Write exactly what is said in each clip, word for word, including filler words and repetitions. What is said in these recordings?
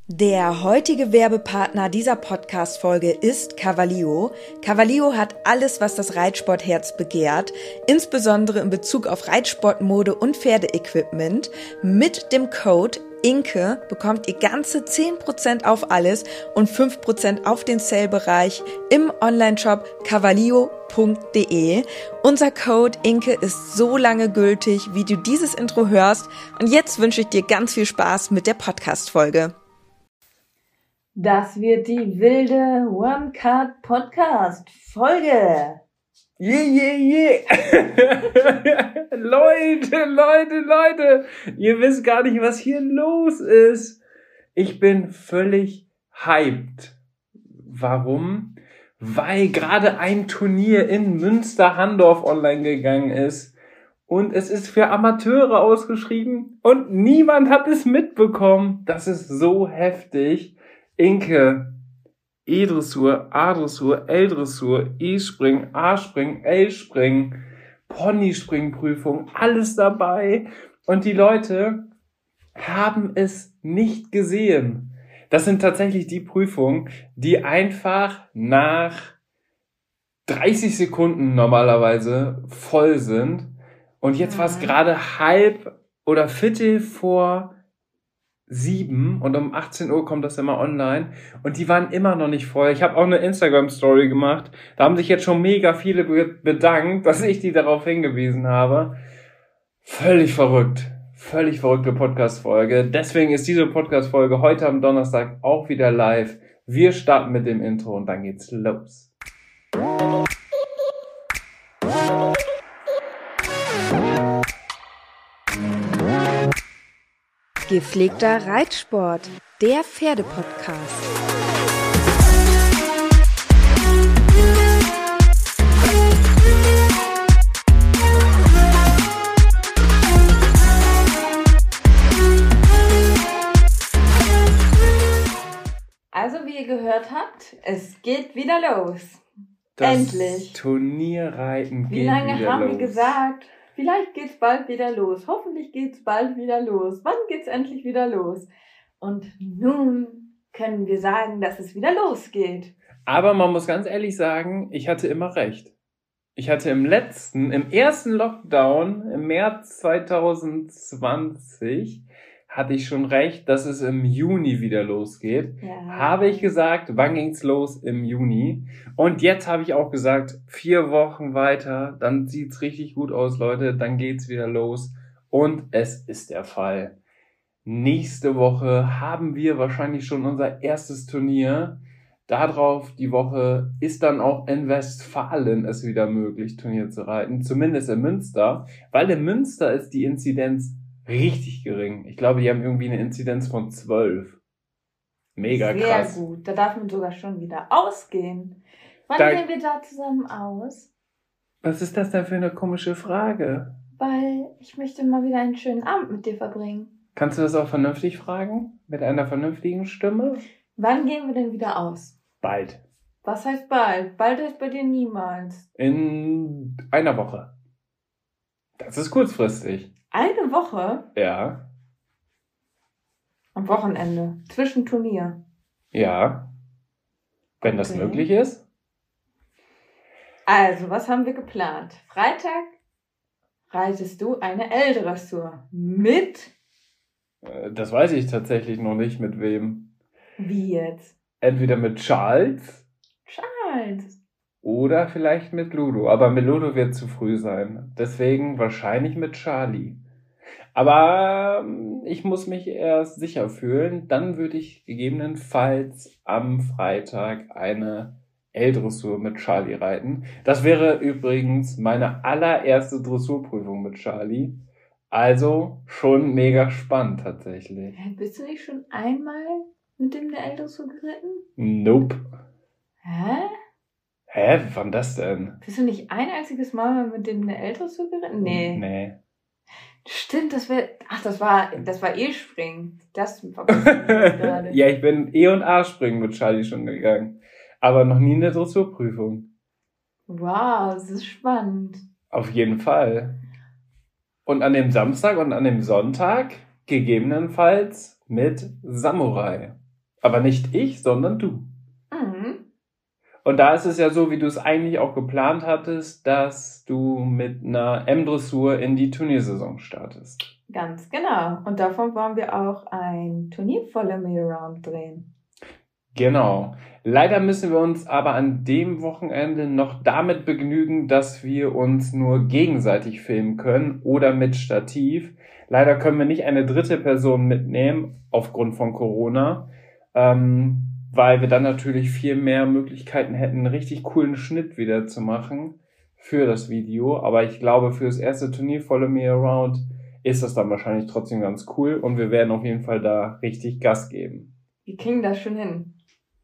Der heutige Werbepartner dieser Podcast-Folge ist Cavallio. Cavallio hat alles, was das Reitsportherz begehrt, insbesondere in Bezug auf Reitsportmode und Pferdeequipment. Mit dem Code Inke bekommt ihr ganze zehn Prozent auf alles und fünf Prozent auf den Sale-Bereich im Onlineshop cavallio punkt de. Unser Code Inke ist so lange gültig, wie du dieses Intro hörst. Und jetzt wünsche ich dir ganz viel Spaß mit der Podcast-Folge. Das wird die wilde One-Card-Podcast-Folge. Yeah, yeah, yeah. Leute, Leute, Leute. Ihr wisst gar nicht, was hier los ist. Ich bin völlig hyped. Warum? Weil gerade ein Turnier in Münster-Handorf online gegangen ist. Und es ist für Amateure ausgeschrieben. Und niemand hat es mitbekommen. Das ist so heftig. Inke, E-Dressur, A-Dressur, L-Dressur, E-Spring, A-Spring, L-Spring, Pony-Spring-Prüfung, alles dabei. Und die Leute haben es nicht gesehen. Das sind tatsächlich die Prüfungen, die einfach nach dreißig Sekunden normalerweise voll sind. Und jetzt war es gerade halb oder Viertel vor sieben und um achtzehn Uhr kommt das immer online und die waren immer noch nicht voll. Ich habe auch eine Instagram-Story gemacht. Da haben sich jetzt schon mega viele bedankt, dass ich die darauf hingewiesen habe. Völlig verrückt. Völlig verrückte Podcast-Folge. Deswegen ist diese Podcast-Folge heute am Donnerstag auch wieder live. Wir starten mit dem Intro und dann geht's los. Gepflegter Reitsport, der Pferdepodcast. Also wie ihr gehört habt, es geht wieder los. Das Endlich. Turnierreiten Wie geht lange wieder haben los. wir gesagt? Vielleicht geht's bald wieder los. Hoffentlich geht's bald wieder los. Wann geht's endlich wieder los? Und nun können wir sagen, dass es wieder losgeht. Aber man muss ganz ehrlich sagen, ich hatte immer recht. Ich hatte im letzten, im ersten Lockdown im März zwanzig zwanzig, hatte ich schon recht, dass es im Juni wieder losgeht. Ja. Habe ich gesagt, wann ging's los? Im Juni. Und jetzt habe ich auch gesagt, vier Wochen weiter, dann sieht's richtig gut aus, Leute, dann geht's wieder los. Und es ist der Fall. Nächste Woche haben wir wahrscheinlich schon unser erstes Turnier. Darauf die Woche ist dann auch in Westfalen es wieder möglich, Turnier zu reiten. Zumindest in Münster. Weil in Münster ist die Inzidenz richtig gering. Ich glaube, die haben irgendwie eine Inzidenz von zwölf. Mega Sehr krass. Sehr gut. Da darf man sogar schon wieder ausgehen. Wann Da- gehen wir da zusammen aus? Was ist das denn für eine komische Frage? Weil ich möchte mal wieder einen schönen Abend mit dir verbringen. Kannst du das auch vernünftig fragen? Mit einer vernünftigen Stimme? Wann gehen wir denn wieder aus? Bald. Was heißt bald? Bald heißt bei dir niemals. In einer Woche. Das ist kurzfristig. Eine Woche Ja. am Wochenende. Zwischen Turnier. Ja. Wenn das Okay. möglich ist. Also, was haben wir geplant? Freitag reitest du eine L-Dressur. Mit? Äh, Das weiß ich tatsächlich noch nicht, mit wem. Wie jetzt? Entweder mit Charles Charles. oder vielleicht mit Ludo. Aber mit Ludo wird zu früh sein. Deswegen wahrscheinlich mit Charlie. Aber ähm, ich muss mich erst sicher fühlen. Dann würde ich gegebenenfalls am Freitag eine L-Dressur mit Charlie reiten. Das wäre übrigens meine allererste Dressurprüfung mit Charlie. Also schon mega spannend tatsächlich. Hä, Bist du nicht schon einmal mit dem eine L-Dressur geritten? Nope. Hä? Hä, wann das denn? Bist du nicht ein einziges Mal mit dem eine L-Dressur geritten? Nee. Nee. Stimmt, das wäre. Ach, das war das war E-Springen. Das war gerade. Ja, ich bin E und A springen mit Charlie schon gegangen. Aber noch nie eine Dressurprüfung. Wow, das ist spannend. Auf jeden Fall. Und an dem Samstag und an dem Sonntag gegebenenfalls mit Samurai. Aber nicht ich, sondern du. Mhm. Und da ist es ja so, wie du es eigentlich auch geplant hattest, dass du mit einer M-Dressur in die Turniersaison startest. Ganz genau. Und davon wollen wir auch ein Turnier Follow Me Around drehen. Genau. Leider müssen wir uns aber an dem Wochenende noch damit begnügen, dass wir uns nur gegenseitig filmen können oder mit Stativ. Leider können wir nicht eine dritte Person mitnehmen, aufgrund von Corona, ähm, weil wir dann natürlich viel mehr Möglichkeiten hätten, einen richtig coolen Schnitt wieder zu machen für das Video. Aber ich glaube, für das erste Turnier Follow Me Around ist das dann wahrscheinlich trotzdem ganz cool und wir werden auf jeden Fall da richtig Gas geben. Wir kriegen das schon hin.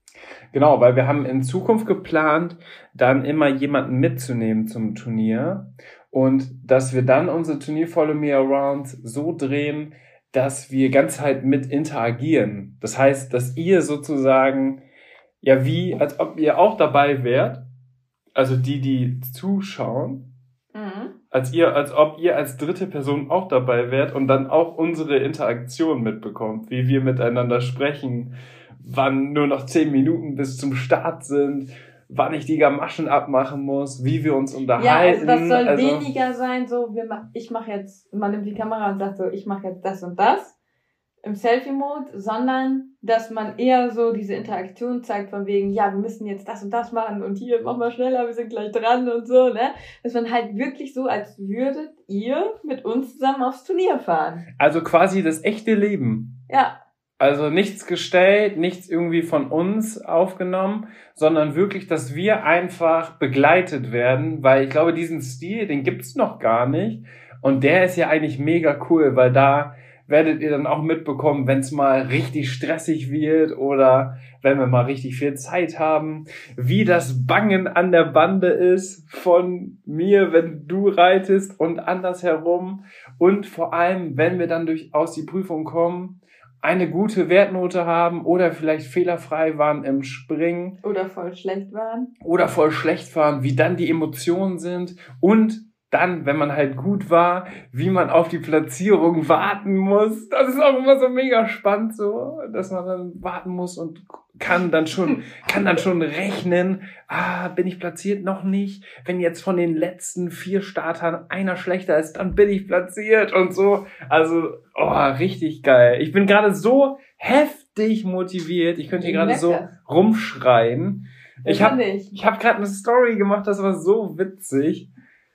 Genau, weil wir haben in Zukunft geplant, dann immer jemanden mitzunehmen zum Turnier und dass wir dann unser Turnier Follow Me Around so drehen, dass wir ganz halt mit interagieren. Das heißt, dass ihr sozusagen, ja wie, als ob ihr auch dabei wärt, also die, die zuschauen, Mhm. als ihr, als ob ihr als dritte Person auch dabei wärt und dann auch unsere Interaktion mitbekommt, wie wir miteinander sprechen, wann nur noch zehn Minuten bis zum Start sind, wann ich die Gamaschen abmachen muss, wie wir uns Ja, unterhalten. also das soll Also, weniger sein, so wir ma- ich mache jetzt, man nimmt die Kamera und sagt so, ich mache jetzt das und das im Selfie-Mode, sondern dass man eher so diese Interaktion zeigt von wegen, ja, wir müssen jetzt das und das machen und hier, mach mal schneller, wir sind gleich dran und so, ne? Dass man halt wirklich so, als würdet ihr mit uns zusammen aufs Turnier fahren. also quasi das echte Leben. Ja, Also nichts gestellt, nichts irgendwie von uns aufgenommen, sondern wirklich, dass wir einfach begleitet werden, weil ich glaube, diesen Stil, den gibt's noch gar nicht und der ist ja eigentlich mega cool, weil da werdet ihr dann auch mitbekommen, wenn es mal richtig stressig wird oder wenn wir mal richtig viel Zeit haben, wie das Bangen an der Bande ist von mir, wenn du reitest und andersherum und vor allem, wenn wir dann durchaus die Prüfung kommen, eine gute Wertnote haben oder vielleicht fehlerfrei waren im Springen oder voll schlecht waren. oder voll schlecht waren, wie dann die Emotionen sind und dann, wenn man halt gut war, wie man auf die Platzierung warten muss. Das ist auch immer so mega spannend so, dass man dann warten muss und kann dann schon, kann dann schon rechnen. Ah, bin ich platziert? Noch nicht. Wenn jetzt von den letzten vier Startern einer schlechter ist, dann bin ich platziert und so. Also, oh, richtig geil. Ich bin gerade so heftig motiviert. Ich könnte hier gerade so rumschreien. Ich habe ich hab gerade eine Story gemacht, das war so witzig.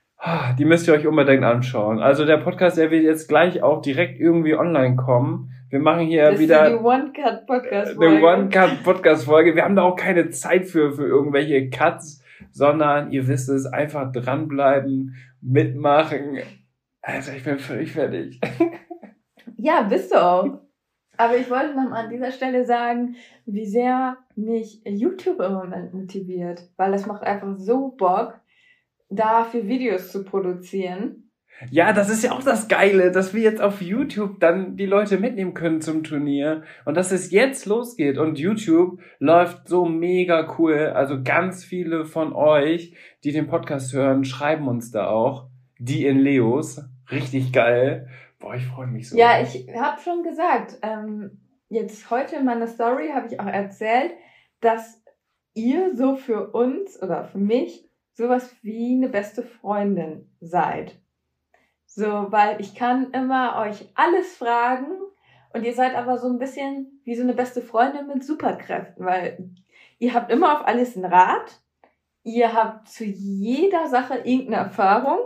Die müsst ihr euch unbedingt anschauen. Also der Podcast, der wird jetzt gleich auch direkt irgendwie online kommen. Wir machen hier das wieder ist die One-Cut-Podcast-Folge. eine One-Cut-Podcast-Folge. Wir haben da auch keine Zeit für, für irgendwelche Cuts, sondern ihr wisst es, einfach dranbleiben, mitmachen. Also ich bin völlig fertig. Ja, bist du auch. Aber ich wollte noch mal an dieser Stelle sagen, wie sehr mich YouTube im Moment motiviert. Weil das macht einfach so Bock, dafür Videos zu produzieren. Ja, das ist ja auch das Geile, dass wir jetzt auf YouTube dann die Leute mitnehmen können zum Turnier und dass es jetzt losgeht und YouTube läuft so mega cool. Also ganz viele von euch, die den Podcast hören, schreiben uns da auch. Die in Leos. Richtig geil. Boah, ich freue mich so. Ja, ich habe schon gesagt, ähm, jetzt heute in meiner Story habe ich auch erzählt, dass ihr so für uns oder für mich sowas wie eine beste Freundin seid. So, weil ich kann immer euch alles fragen und ihr seid aber so ein bisschen wie so eine beste Freundin mit Superkräften, weil ihr habt immer auf alles einen Rat, ihr habt zu jeder Sache irgendeine Erfahrung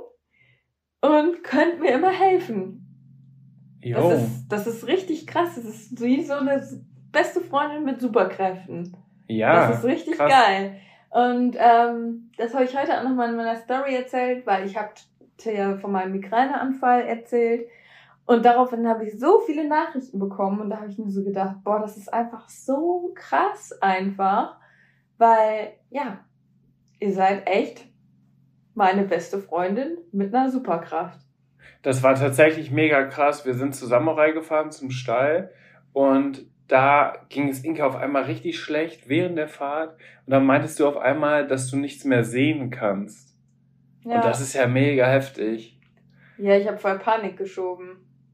und könnt mir immer helfen. Jo. Das ist, das ist richtig krass, das ist wie so eine beste Freundin mit Superkräften. Ja, das ist richtig krass. geil. Und ähm, das habe ich heute auch nochmal in meiner Story erzählt, weil ich habe ja von meinem Migräneanfall erzählt. Und daraufhin habe ich so viele Nachrichten bekommen und da habe ich mir so gedacht, boah, das ist einfach so krass einfach, weil, ja, ihr seid echt meine beste Freundin mit einer Superkraft. Das war tatsächlich mega krass. Wir sind zusammen reingefahren zum Stall und da ging es Inke auf einmal richtig schlecht während der Fahrt und dann meintest du auf einmal, dass du nichts mehr sehen kannst. Ja. Und das ist ja mega heftig. Ja, ich habe voll Panik geschoben.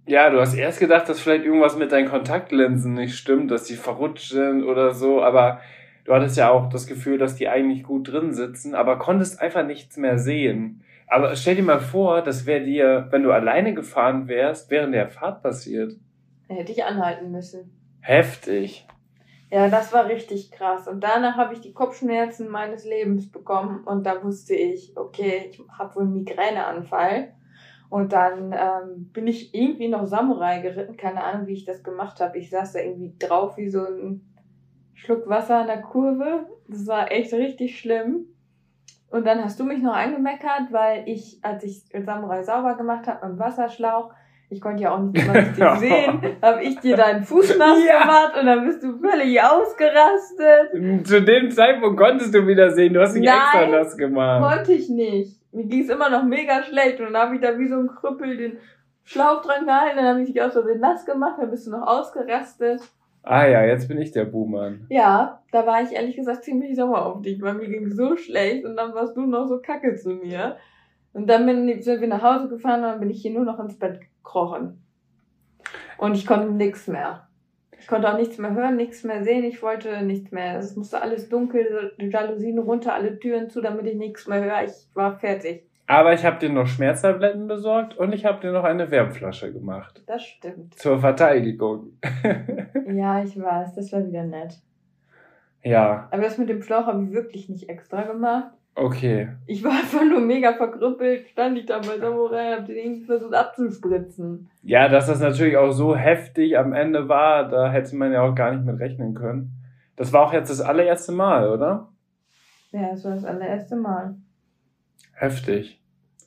Ja, du hast erst gedacht, dass vielleicht irgendwas mit deinen Kontaktlinsen nicht stimmt, dass die verrutscht sind oder so, aber du hattest ja auch das Gefühl, dass die eigentlich gut drin sitzen, aber konntest einfach nichts mehr sehen. Aber stell dir mal vor, das wäre dir, wenn du alleine gefahren wärst, während der Fahrt passiert. Hätte ich anhalten müssen. Heftig. Ja, das war richtig krass. Und danach habe ich die Kopfschmerzen meines Lebens bekommen und da wusste ich, okay, ich habe wohl einen Migräneanfall. Und dann ähm, bin ich irgendwie noch Samurai geritten, keine Ahnung, wie ich das gemacht habe. Ich saß da irgendwie drauf wie so ein Schluck Wasser an der Kurve. Das war echt richtig schlimm. Und dann hast du mich noch angemeckert, weil ich, als ich Samurai sauber gemacht habe mit dem Wasserschlauch, ich konnte ja auch nicht mal richtig sehen, habe ich dir deinen Fuß nass Ja. gemacht und dann bist du völlig ausgerastet. Zu dem Zeitpunkt konntest du wieder sehen, du hast dich Nein, extra nass gemacht. Konnte ich nicht. Mir ging es immer noch mega schlecht und dann habe ich da wie so ein Krüppel den Schlauch dran gehalten, dann habe ich dich aus Versehen nass gemacht, dann bist du noch ausgerastet. Ah ja, jetzt bin ich der Buhmann. Ja, da war ich ehrlich gesagt ziemlich sauer auf dich, weil mir ging so schlecht und dann warst du noch so kacke zu mir. Und dann bin, sind wir nach Hause gefahren und dann bin ich hier nur noch ins Bett gekrochen. Und ich konnte nichts mehr. Ich konnte auch nichts mehr hören, nichts mehr sehen, ich wollte nichts mehr. Es musste alles dunkel, die Jalousien runter, alle Türen zu, damit ich nichts mehr höre. Ich war fertig. Aber ich habe dir noch Schmerztabletten besorgt und ich habe dir noch eine Wärmflasche gemacht. Das stimmt. Zur Verteidigung. Ja, ich weiß, das war wieder nett. Ja, Aber das mit dem Schlauch habe ich wirklich nicht extra gemacht. okay. Ich war einfach nur mega verkrüppelt, stand ich da bei Samurai, hab den irgendwie versucht abzuspritzen. Ja, dass das natürlich auch so heftig am Ende war, da hätte man ja auch gar nicht mit rechnen können. Das war auch jetzt das allererste Mal, oder? Ja, das war das allererste Mal. Heftig.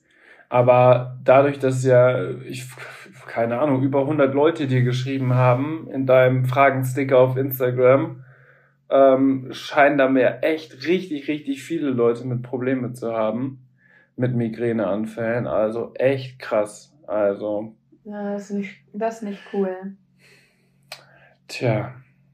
Aber dadurch, dass ja, ich, keine Ahnung, über hundert Leute dir geschrieben haben in deinem Fragensticker auf Instagram, ähm, scheinen da mir echt richtig, richtig viele Leute mit Problemen zu haben. Mit Migräneanfällen. Also echt krass. Also, Ja, das ist nicht, das ist nicht cool. tja.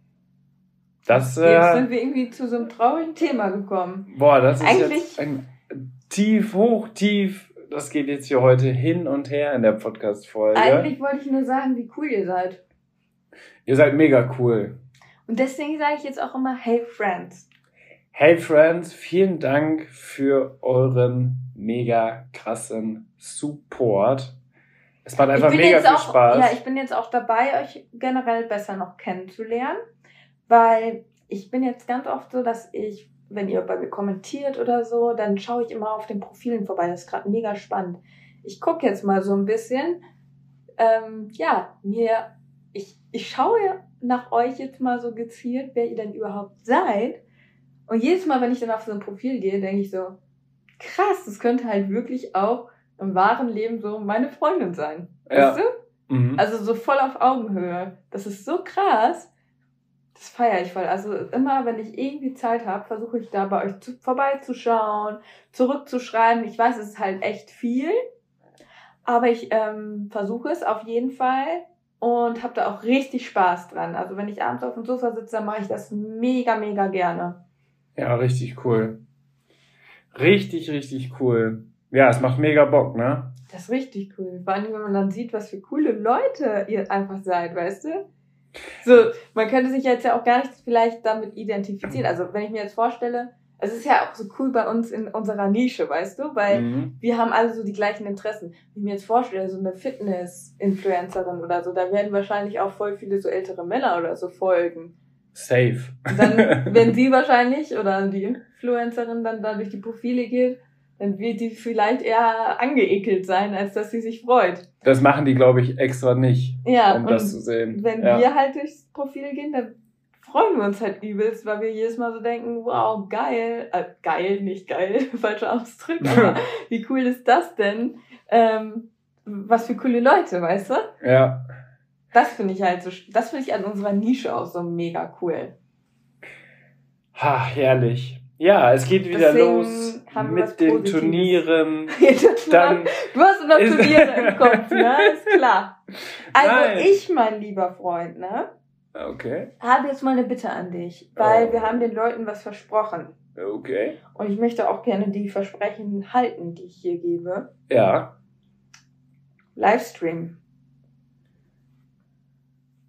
Das, Jetzt äh, sind wir irgendwie zu so einem traurigen Thema gekommen. boah, das ist Eigentlich- jetzt ein tief, hoch, tief. Das geht jetzt hier heute hin und her in der Podcast-Folge. Eigentlich wollte ich nur sagen, wie cool ihr seid. Ihr seid mega cool. Und deswegen sage ich jetzt auch immer, hey Friends. Hey Friends, vielen Dank für euren mega krassen Support. Es macht einfach ich bin mega jetzt viel auch, Spaß. Ja, ich bin jetzt auch dabei, euch generell besser noch kennenzulernen, weil ich bin jetzt ganz oft so, dass ich, wenn ihr bei mir kommentiert oder so, dann schaue ich immer auf den Profilen vorbei. Das ist gerade mega spannend. Ich gucke jetzt mal so ein bisschen. Ähm, ja, mir, ich, ich schaue nach euch jetzt mal so gezielt, wer ihr denn überhaupt seid. Und jedes Mal, wenn ich dann auf so ein Profil gehe, denke ich so, krass, das könnte halt wirklich auch im wahren Leben so meine Freundin sein. Ja. Weißt du? Mhm. Also so voll auf Augenhöhe. Das ist so krass. Das feiere ich voll. Also immer, wenn ich irgendwie Zeit habe, versuche ich da bei euch zu, vorbeizuschauen, zurückzuschreiben. Ich weiß, es ist halt echt viel, aber ich ähm, versuche es auf jeden Fall und habe da auch richtig Spaß dran. Also wenn ich abends auf dem Sofa sitze, dann mache ich das mega, mega gerne. Ja, richtig cool. Richtig, richtig cool. Ja, es macht mega Bock, ne? Das ist richtig cool. Vor allem, wenn man dann sieht, was für coole Leute ihr einfach seid, weißt du? So, man könnte sich jetzt ja auch gar nicht vielleicht damit identifizieren. Also wenn ich mir jetzt vorstelle, es ist ja auch so cool bei uns in unserer Nische, weißt du? Weil Mhm. wir haben alle so die gleichen Interessen. Wenn ich mir jetzt vorstelle, so eine Fitness-Influencerin oder so, da werden wahrscheinlich auch voll viele so ältere Männer oder so folgen. Safe. Und dann, wenn sie wahrscheinlich oder die Influencerin dann da durch die Profile geht, dann wird die vielleicht eher angeekelt sein, als dass sie sich freut. Das machen die, glaube ich, extra nicht, Ja, um und das zu sehen. wenn ja. wir halt durchs Profil gehen, dann freuen wir uns halt übelst, weil wir jedes Mal so denken, wow, geil, äh, geil, nicht geil, falscher Ausdruck, aber wie cool ist das denn? Ähm, was für coole Leute, weißt du? Ja. Das finde ich halt so, das finde ich an unserer Nische auch so mega cool. Ha, herrlich. Ja, es geht wieder Deswegen los haben wir was mit den Positives. Turnieren. Das war- Dann Du hast immer ist- Turniere im Kopf, ne? Ist klar. Also Nein. ich, mein lieber Freund, ne, Okay, habe jetzt mal eine Bitte an dich, weil Oh. wir haben den Leuten was versprochen. okay. Und ich möchte auch gerne die Versprechen halten, die ich hier gebe. Ja. Livestream.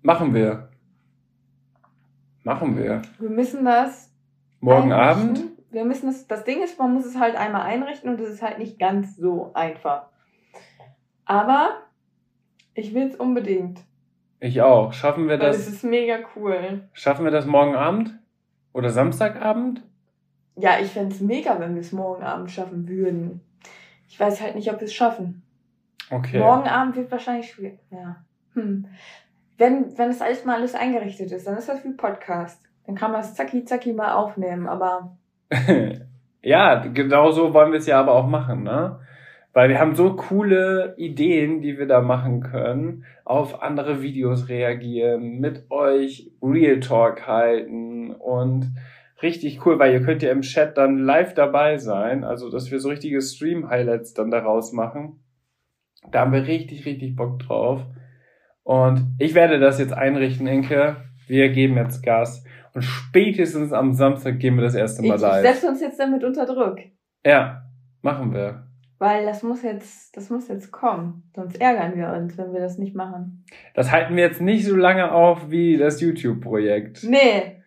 Machen wir. Machen wir. Wir müssen das Morgen einrichten. Abend? Wir müssen es, das Ding ist, man muss es halt einmal einrichten und es ist halt nicht ganz so einfach. Aber ich will es unbedingt. Ich auch. Schaffen wir Weil das? es ist mega cool. Schaffen wir das morgen Abend? Oder Samstagabend? Ja, ich fände es mega, wenn wir es morgen Abend schaffen würden. Ich weiß halt nicht, ob wir es schaffen. Okay. Morgen Abend wird wahrscheinlich schwierig. Ja. Hm. Wenn, wenn das alles mal alles eingerichtet ist, dann ist das wie Podcast. Dann kann man es zacki zacki mal aufnehmen, aber Ja, genau so wollen wir es ja aber auch machen, ne? Weil wir haben so coole Ideen, die wir da machen können, auf andere Videos reagieren, mit euch Real Talk halten und richtig cool, weil ihr könnt ja im Chat dann live dabei sein, also dass wir so richtige Stream-Highlights dann daraus machen. Da haben wir richtig, richtig Bock drauf. Und ich werde das jetzt einrichten, Inke. Wir geben jetzt Gas. Und spätestens am Samstag gehen wir das erste Mal ich, live. ich setze uns jetzt damit unter Druck. Ja, machen wir. Weil das muss jetzt, das muss jetzt kommen. Sonst ärgern wir uns, wenn wir das nicht machen. Das halten wir jetzt nicht so lange auf wie das YouTube-Projekt. Nee.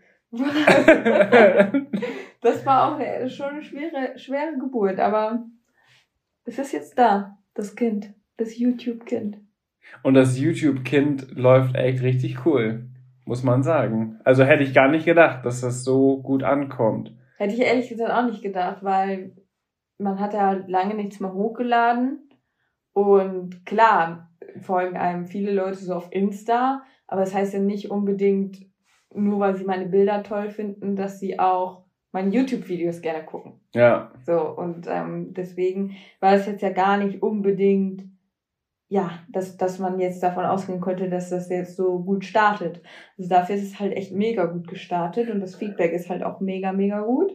Das war auch eine, schon eine schwere, schwere Geburt, aber es ist jetzt da, das Kind, das YouTube-Kind. Und das YouTube-Kind läuft echt richtig cool, muss man sagen. Also hätte ich gar nicht gedacht, dass das so gut ankommt. Hätte ich ehrlich gesagt auch nicht gedacht, weil man hat ja lange nichts mehr hochgeladen. Und klar, folgen einem viele Leute so auf Insta, aber das heißt ja nicht unbedingt, nur weil sie meine Bilder toll finden, dass sie auch meine YouTube-Videos gerne gucken. Ja. So, und ähm, deswegen war das jetzt ja gar nicht unbedingt, ja, dass, dass man jetzt davon ausgehen könnte, dass das jetzt so gut startet. Also dafür ist es halt echt mega gut gestartet und das Feedback ist halt auch mega, mega gut.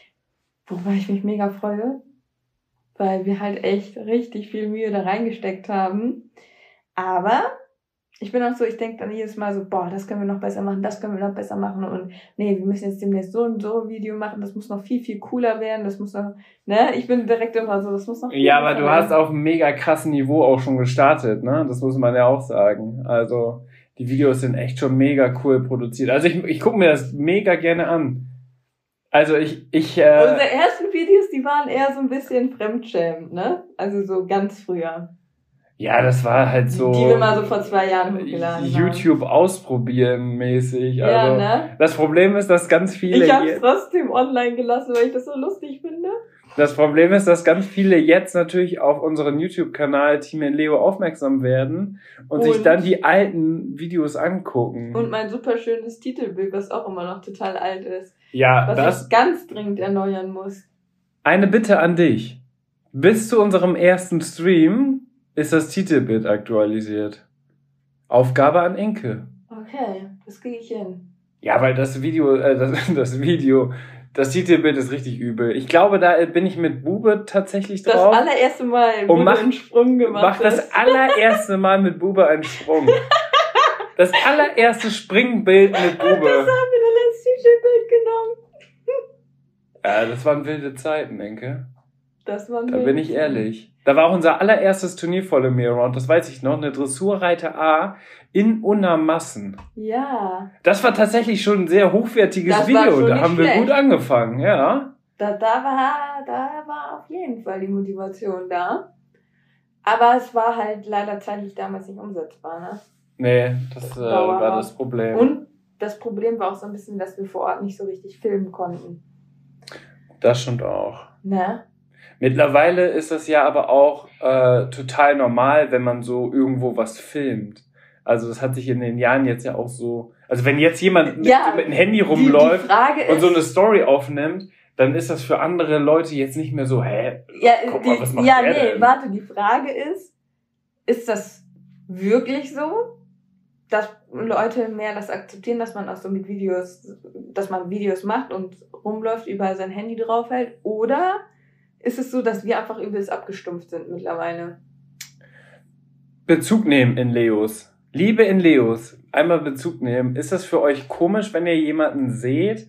Wobei ich mich mega freue, weil wir halt echt richtig viel Mühe da reingesteckt haben. Aber ich bin auch so, ich denke dann jedes Mal so, boah, das können wir noch besser machen, das können wir noch besser machen und nee, wir müssen jetzt demnächst so und so ein Video machen, das muss noch viel, viel cooler werden, das muss noch, ne, ich bin direkt immer so, das muss noch viel Ja, aber du werden. hast auf einem mega krassen Niveau auch schon gestartet, ne? Das muss man ja auch sagen. Also, die Videos sind echt schon mega cool produziert. Also, ich, ich gucke mir das mega gerne an. Also, ich, ich, äh... Unsere ersten Videos, die waren eher so ein bisschen fremdschämend, ne? Also so ganz früher. Ja, das war halt so... Die wir mal so vor zwei Jahren hochgeladen haben. YouTube ausprobieren mäßig. Ja, Also, ne? das Problem ist, dass ganz viele... Ich hab's je- trotzdem online gelassen, weil ich das so lustig finde. Das Problem ist, dass ganz viele jetzt natürlich auf unseren YouTube-Kanal Team and Leo aufmerksam werden und, Und? sich dann die alten Videos angucken. Und mein super schönes Titelbild, was auch immer noch total alt ist. ja, Was das... ich ganz dringend erneuern muss. Eine Bitte an dich. Bis zu unserem ersten Stream ist das Titelbild aktualisiert. Aufgabe an Inke. Okay, das kriege ich hin. Ja, weil das Video, äh, das, das Video, das Titelbild ist richtig übel. Ich glaube, da bin ich mit Bube tatsächlich Das drauf. allererste Mal, wo Und mach- du einen Sprung gemacht Mach das hast. allererste Mal mit Bube einen Sprung. Das allererste Springbild mit Das haben Bube. wir dann als Titelbild genommen. Ja, das waren wilde Zeiten, Inke. Das war Da bin ich ehrlich. Da war auch unser allererstes Turnier Follow Me Around, das weiß ich noch, eine Dressurreiter A in Unermassen. Ja, Das war tatsächlich schon ein sehr hochwertiges Das war Video. schon Da nicht haben wir schlecht. gut angefangen, ja. da, da, war, da war auf jeden Fall die Motivation da. Aber es war halt leider zeitlich damals nicht umsetzbar, ne? Nee, das äh, Dauerhaft. war das Problem. Und das Problem war auch so ein bisschen, dass wir vor Ort nicht so richtig filmen konnten. Das stimmt auch. Ne? Mittlerweile ist das ja aber auch äh, total normal, wenn man so irgendwo was filmt. Also das hat sich in den Jahren jetzt ja auch so... Also wenn jetzt jemand mit, Ja, mit einem Handy Die, rumläuft die Frage ist, und so eine Story aufnimmt, dann ist das für andere Leute jetzt nicht mehr so, hä? ja, Guck mal, die, was macht ja der nee, denn? warte, die Frage ist, ist das wirklich so, dass Leute mehr das akzeptieren, dass man auch so mit Videos, dass man Videos macht und rumläuft, überall sein Handy draufhält, oder ist es so, dass wir einfach übelst abgestumpft sind mittlerweile? Bezug nehmen in Leos. Liebe in Leos, einmal Bezug nehmen. Ist das für euch komisch, wenn ihr jemanden seht,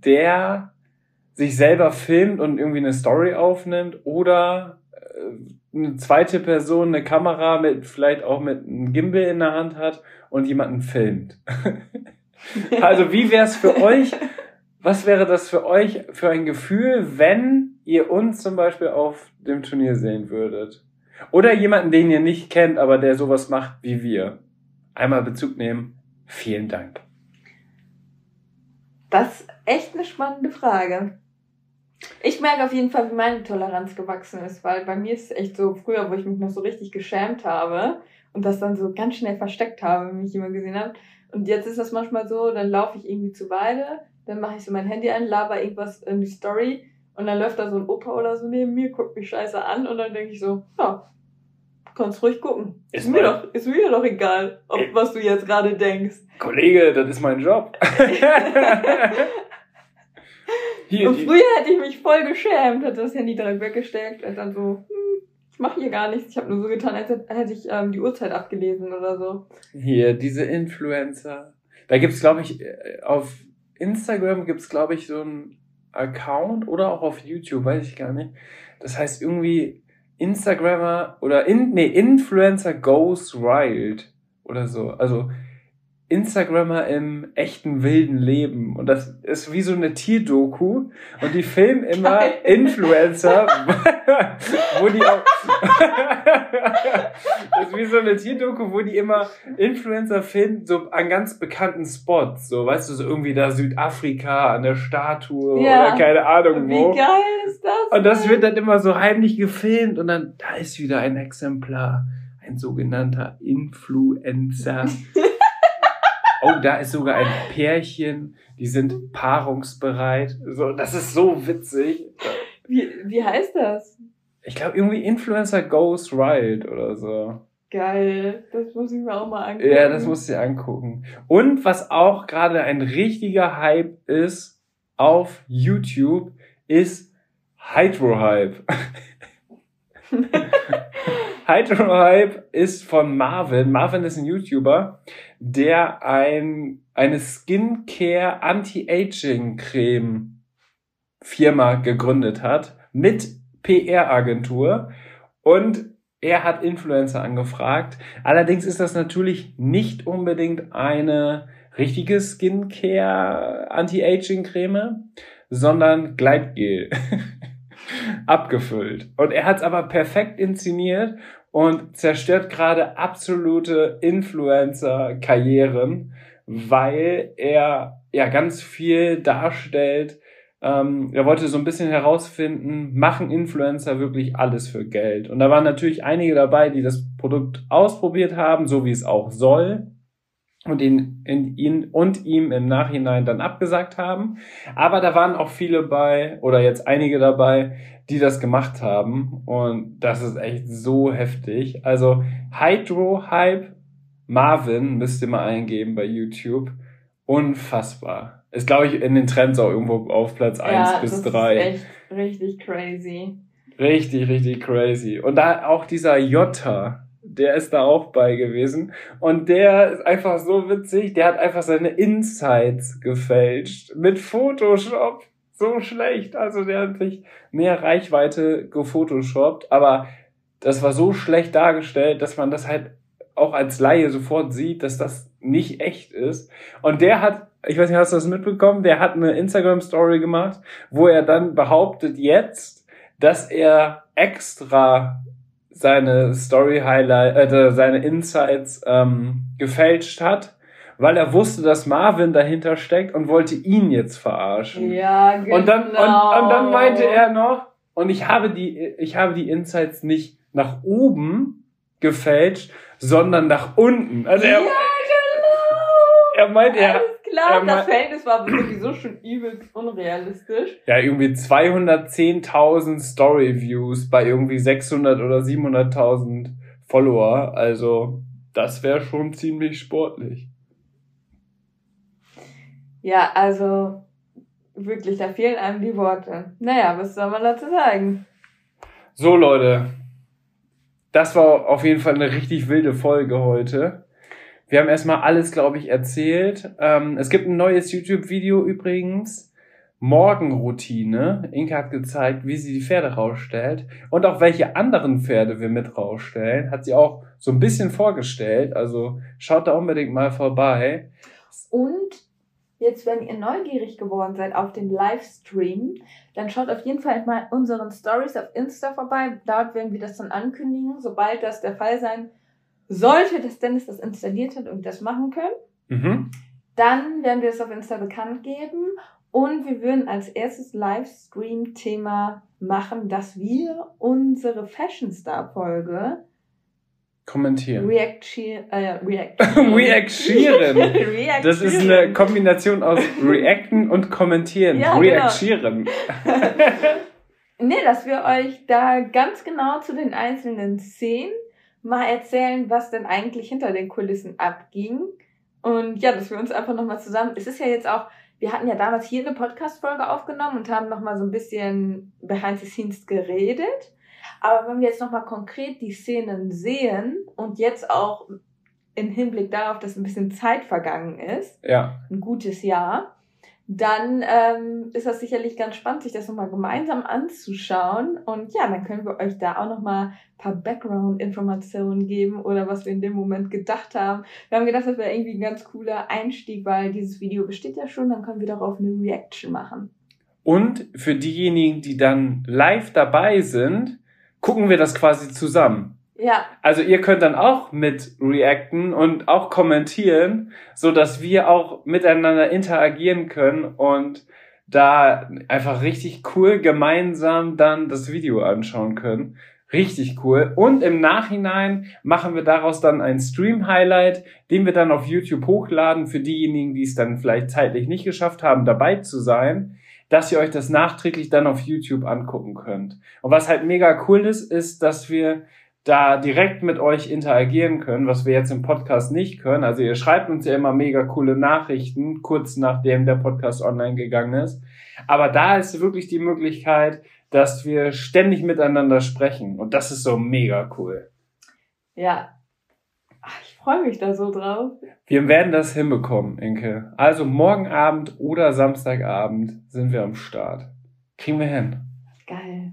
der sich selber filmt und irgendwie eine Story aufnimmt oder äh, eine zweite Person eine Kamera mit, vielleicht auch mit einem Gimbal in der Hand hat und jemanden filmt. Also wie wäre es für euch, was wäre das für euch für ein Gefühl, wenn ihr uns zum Beispiel auf dem Turnier sehen würdet? Oder jemanden, den ihr nicht kennt, aber der sowas macht wie wir. Einmal Bezug nehmen. Vielen Dank. Das ist echt eine spannende Frage. Ich merke auf jeden Fall, wie meine Toleranz gewachsen ist, weil bei mir ist es echt so früher, wo ich mich noch so richtig geschämt habe und das dann so ganz schnell versteckt habe, wenn mich jemand gesehen hat. Und jetzt ist das manchmal so, dann laufe ich irgendwie zu Weide, dann mache ich so mein Handy an, laber irgendwas in die Story und dann läuft da so ein Opa oder so neben mir, guckt mich scheiße an und dann denke ich so, ja, du kannst ruhig gucken. Ist, ist mir doch, ist mir doch egal, ob, was du jetzt gerade denkst. Kollege, das ist mein Job. Hier, und früher hätte ich mich voll geschämt, hätte das Handy direkt weggesteckt und dann so, hm, ich mache hier gar nichts. Ich habe nur so getan, als hätte ich ähm, die Uhrzeit abgelesen oder so. Hier, diese Influencer. Da gibt's, glaube ich, auf Instagram gibt's, glaube ich, so einen Account oder auch auf YouTube, weiß ich gar nicht. Das heißt irgendwie Instagrammer oder in, nee, Influencer Goes Wild oder so. Also Instagrammer im echten wilden Leben. Und das ist wie so eine Tierdoku. Und die filmen immer Geil. Influencer, wo die auch, das ist wie so eine Tierdoku, wo die immer Influencer filmen, so an ganz bekannten Spots. So, weißt du, so irgendwie da Südafrika an der Statue ja. oder keine Ahnung wo. Wie geil ist das? Und das denn? Wird dann immer so heimlich gefilmt und dann, da ist wieder ein Exemplar. Ein sogenannter Influencer. Oh, da ist sogar ein Pärchen, die sind paarungsbereit. So, das ist so witzig. Wie, wie heißt das? Ich glaube, irgendwie Influencer Goes Wild oder so. Geil, das muss ich mir auch mal angucken. Ja, das musst du dir angucken. Und was auch gerade ein richtiger Hype ist auf YouTube, ist Hydro-Hype. Hydro-Hype ist von Marvin. Marvin ist ein YouTuber, der ein, eine Skincare Anti-Aging-Creme Firma gegründet hat mit P R-Agentur und er hat Influencer angefragt. Allerdings ist das natürlich nicht unbedingt eine richtige Skincare Anti-Aging-Creme, sondern Gleitgel. Abgefüllt. Und er hat es aber perfekt inszeniert und zerstört gerade absolute Influencer-Karrieren, weil er ja ganz viel darstellt. Ähm, er wollte so ein bisschen herausfinden, machen Influencer wirklich alles für Geld? Und da waren natürlich einige dabei, die das Produkt ausprobiert haben, so wie es auch soll. Und ihn, in ihn und ihm im Nachhinein dann abgesagt haben. Aber da waren auch viele bei, oder jetzt einige dabei, die das gemacht haben. Und das ist echt so heftig. Also Hydro-Hype Marvin müsst ihr mal eingeben bei YouTube. Unfassbar. Ist, glaube ich, in den Trends auch irgendwo auf Platz eins ja, bis drei. Ja, das ist echt richtig crazy. Richtig, richtig crazy. Und da auch dieser Jota, der ist da auch bei gewesen. Und der ist einfach so witzig. Der hat einfach seine Insights gefälscht. Mit Photoshop. So schlecht. Also der hat sich mehr Reichweite gefotoshoppt. Aber das war so schlecht dargestellt, dass man das halt auch als Laie sofort sieht, dass das nicht echt ist. Und der hat, ich weiß nicht, hast du das mitbekommen? Der hat eine Instagram-Story gemacht, wo er dann behauptet jetzt, dass er extra seine Story-Highlight, äh, seine Insights ähm, gefälscht hat, weil er wusste, dass Marvin dahinter steckt und wollte ihn jetzt verarschen. Ja, genau. Und dann, und, und dann meinte er noch, und ich habe die, ich habe die Insights nicht nach oben gefälscht, sondern nach unten. Also er, ja, genau. er meint, er, Alles klar, er das meint, Verhältnis war sowieso schon übelst unrealistisch. ja, irgendwie zweihundertzehntausend Story-Views bei irgendwie sechshundert oder siebenhunderttausend Follower. Also, das wäre schon ziemlich sportlich. Ja, also, wirklich, da fehlen einem die Worte. Naja, was soll man dazu sagen? So, Leute. Das war auf jeden Fall eine richtig wilde Folge heute. Wir haben erstmal alles, glaube ich, erzählt. Ähm, es gibt ein neues YouTube-Video übrigens Morgenroutine. Inke hat gezeigt, wie sie die Pferde rausstellt und auch welche anderen Pferde wir mit rausstellen. Hat sie auch so ein bisschen vorgestellt. Also schaut da unbedingt mal vorbei. Und jetzt, wenn ihr neugierig geworden seid auf den Livestream, dann schaut auf jeden Fall mal unseren Stories auf Insta vorbei. Dort werden wir das dann ankündigen, sobald das der Fall sein sollte, dass Dennis das installiert hat und wir das machen können. Mhm. Dann werden wir es auf Insta bekannt geben und wir würden als erstes Livestream-Thema machen, dass wir unsere Fashion Star-Folge kommentieren. Reaction, äh, react- Reactieren. Reactieren. Das ist eine Kombination aus reacten und kommentieren. Ja, Reactieren. Genau. Nee, dass wir euch da ganz genau zu den einzelnen Szenen mal erzählen, was denn eigentlich hinter den Kulissen abging. Und ja, dass wir uns einfach nochmal zusammen, es ist ja jetzt auch, wir hatten ja damals hier eine Podcast-Folge aufgenommen und haben nochmal so ein bisschen behind the scenes geredet. Aber wenn wir jetzt nochmal konkret die Szenen sehen und jetzt auch im Hinblick darauf, dass ein bisschen Zeit vergangen ist, ja, ein gutes Jahr, dann ähm, ist das sicherlich ganz spannend, sich das nochmal gemeinsam anzuschauen. Und ja, dann können wir euch da auch nochmal ein paar Background-Informationen geben oder was wir in dem Moment gedacht haben. Wir haben gedacht, das wäre irgendwie ein ganz cooler Einstieg, weil dieses Video besteht ja schon, dann können wir darauf eine Reaction machen. Und für diejenigen, die dann live dabei sind, gucken wir das quasi zusammen. Ja. Also ihr könnt dann auch mit reacten und auch kommentieren, so dass wir auch miteinander interagieren können und da einfach richtig cool gemeinsam dann das Video anschauen können. Richtig cool. Und im Nachhinein machen wir daraus dann ein Stream-Highlight, den wir dann auf YouTube hochladen für diejenigen, die es dann vielleicht zeitlich nicht geschafft haben, dabei zu sein, dass ihr euch das nachträglich dann auf YouTube angucken könnt. Und was halt mega cool ist, ist, dass wir da direkt mit euch interagieren können, was wir jetzt im Podcast nicht können. Also ihr schreibt uns ja immer mega coole Nachrichten, kurz nachdem der Podcast online gegangen ist. Aber da ist wirklich die Möglichkeit, dass wir ständig miteinander sprechen. Und das ist so mega cool. Ja. Ach, ich freue mich da so drauf. Wir werden das hinbekommen, Inke. Also morgen Abend oder Samstagabend sind wir am Start. Kriegen wir hin. Geil.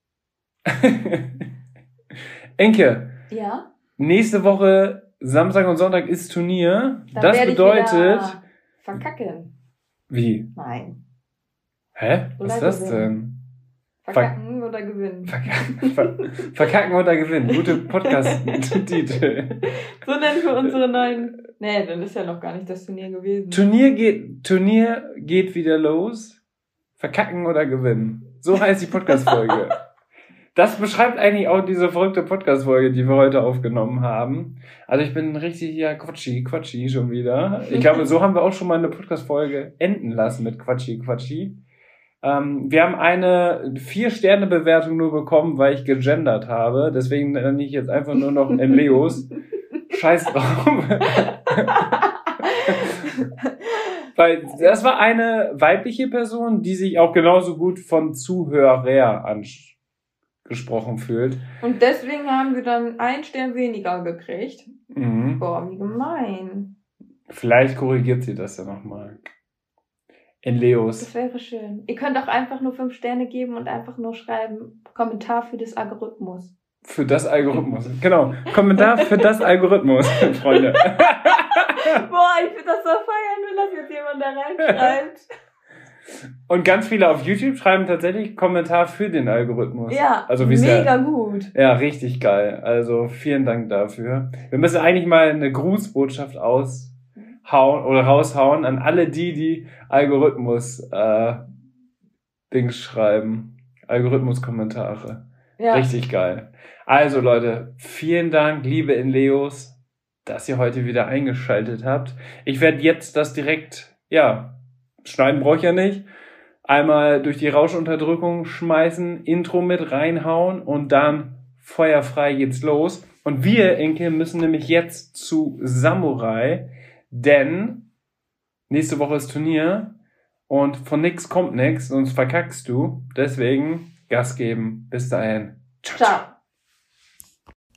Enke, Ja? nächste Woche, Samstag und Sonntag ist Turnier. Dann das werde bedeutet... ich wieder verkacken. Wie? Nein. Hä? Was Oder ist das gewinnen. denn? Verkacken oder gewinnen. Verkacken, ver verkacken oder gewinnen. Gute Podcast-Titel. So nennen wir unsere neuen... Nee, dann ist ja noch gar nicht das Turnier gewesen. Turnier geht, Turnier geht wieder los. Verkacken oder gewinnen. So heißt die Podcast-Folge. Das beschreibt eigentlich auch diese verrückte Podcast-Folge, die wir heute aufgenommen haben. Also ich bin richtig, ja, Quatschi, Quatschi schon wieder. Ich glaube, so haben wir auch schon mal eine Podcast-Folge enden lassen mit Quatschi, Quatschi. Ähm, wir haben eine Vier-Sterne-Bewertung nur bekommen, weil ich gegendert habe. Deswegen nenne ich jetzt einfach nur noch Enleos. Scheiß drauf. Weil das war eine weibliche Person, die sich auch genauso gut von Zuhörer anschaut. gesprochen fühlt. Und deswegen haben wir dann einen Stern weniger gekriegt. Mhm. Boah, wie gemein. Vielleicht korrigiert sie das ja nochmal. In Leos. Das wäre schön. Ihr könnt auch einfach nur fünf Sterne geben und einfach nur schreiben, Kommentar für das Algorithmus. Für das Algorithmus. Genau. Kommentar für das Algorithmus, Freunde. Boah, ich würde das so feiern, wenn das jetzt jemand da reinschreibt. Und ganz viele auf YouTube schreiben tatsächlich Kommentar für den Algorithmus. Ja, also, mega ja, gut. Ja, richtig geil. Also vielen Dank dafür. Wir müssen eigentlich mal eine Grußbotschaft aushauen oder raushauen an alle die, die Algorithmus äh, Dings schreiben. Algorithmus-Kommentare. Ja. Richtig geil. Also Leute, vielen Dank, liebe Inleos, dass ihr heute wieder eingeschaltet habt. Ich werde jetzt das direkt, ja, schneiden brauche ich ja nicht. Einmal durch die Rauschunterdrückung schmeißen, Intro mit reinhauen und dann feuerfrei geht's los. Und wir, Inke, müssen nämlich jetzt zu Samurai, denn nächste Woche ist Turnier und von nix kommt nix, sonst verkackst du. Deswegen Gas geben. Bis dahin. Ciao.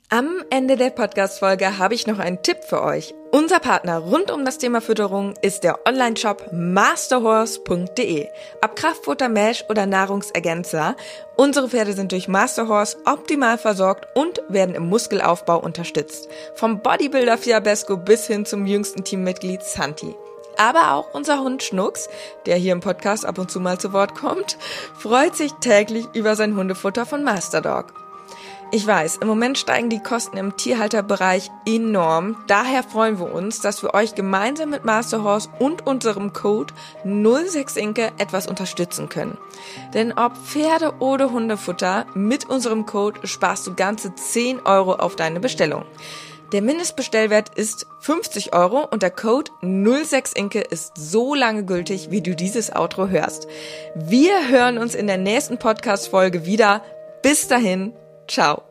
Am Ende der Podcast-Folge habe ich noch einen Tipp für euch. Unser Partner rund um das Thema Fütterung ist der Online-Shop masterhorse punkt de. Ob Kraftfutter, Mesh oder Nahrungsergänzer, unsere Pferde sind durch Masterhorse optimal versorgt und werden im Muskelaufbau unterstützt. Vom Bodybuilder Fiabesco bis hin zum jüngsten Teammitglied Santi. Aber auch unser Hund Schnucks, der hier im Podcast ab und zu mal zu Wort kommt, freut sich täglich über sein Hundefutter von Masterdog. Ich weiß, im Moment steigen die Kosten im Tierhalterbereich enorm. Daher freuen wir uns, dass wir euch gemeinsam mit Masterhorse und unserem Code null sechs Inke etwas unterstützen können. Denn ob Pferde- oder Hundefutter, mit unserem Code sparst du ganze zehn Euro auf deine Bestellung. Der Mindestbestellwert ist fünfzig Euro und der Code null sechs Inke ist so lange gültig, wie du dieses Outro hörst. Wir hören uns in der nächsten Podcast-Folge wieder. Bis dahin. Ciao.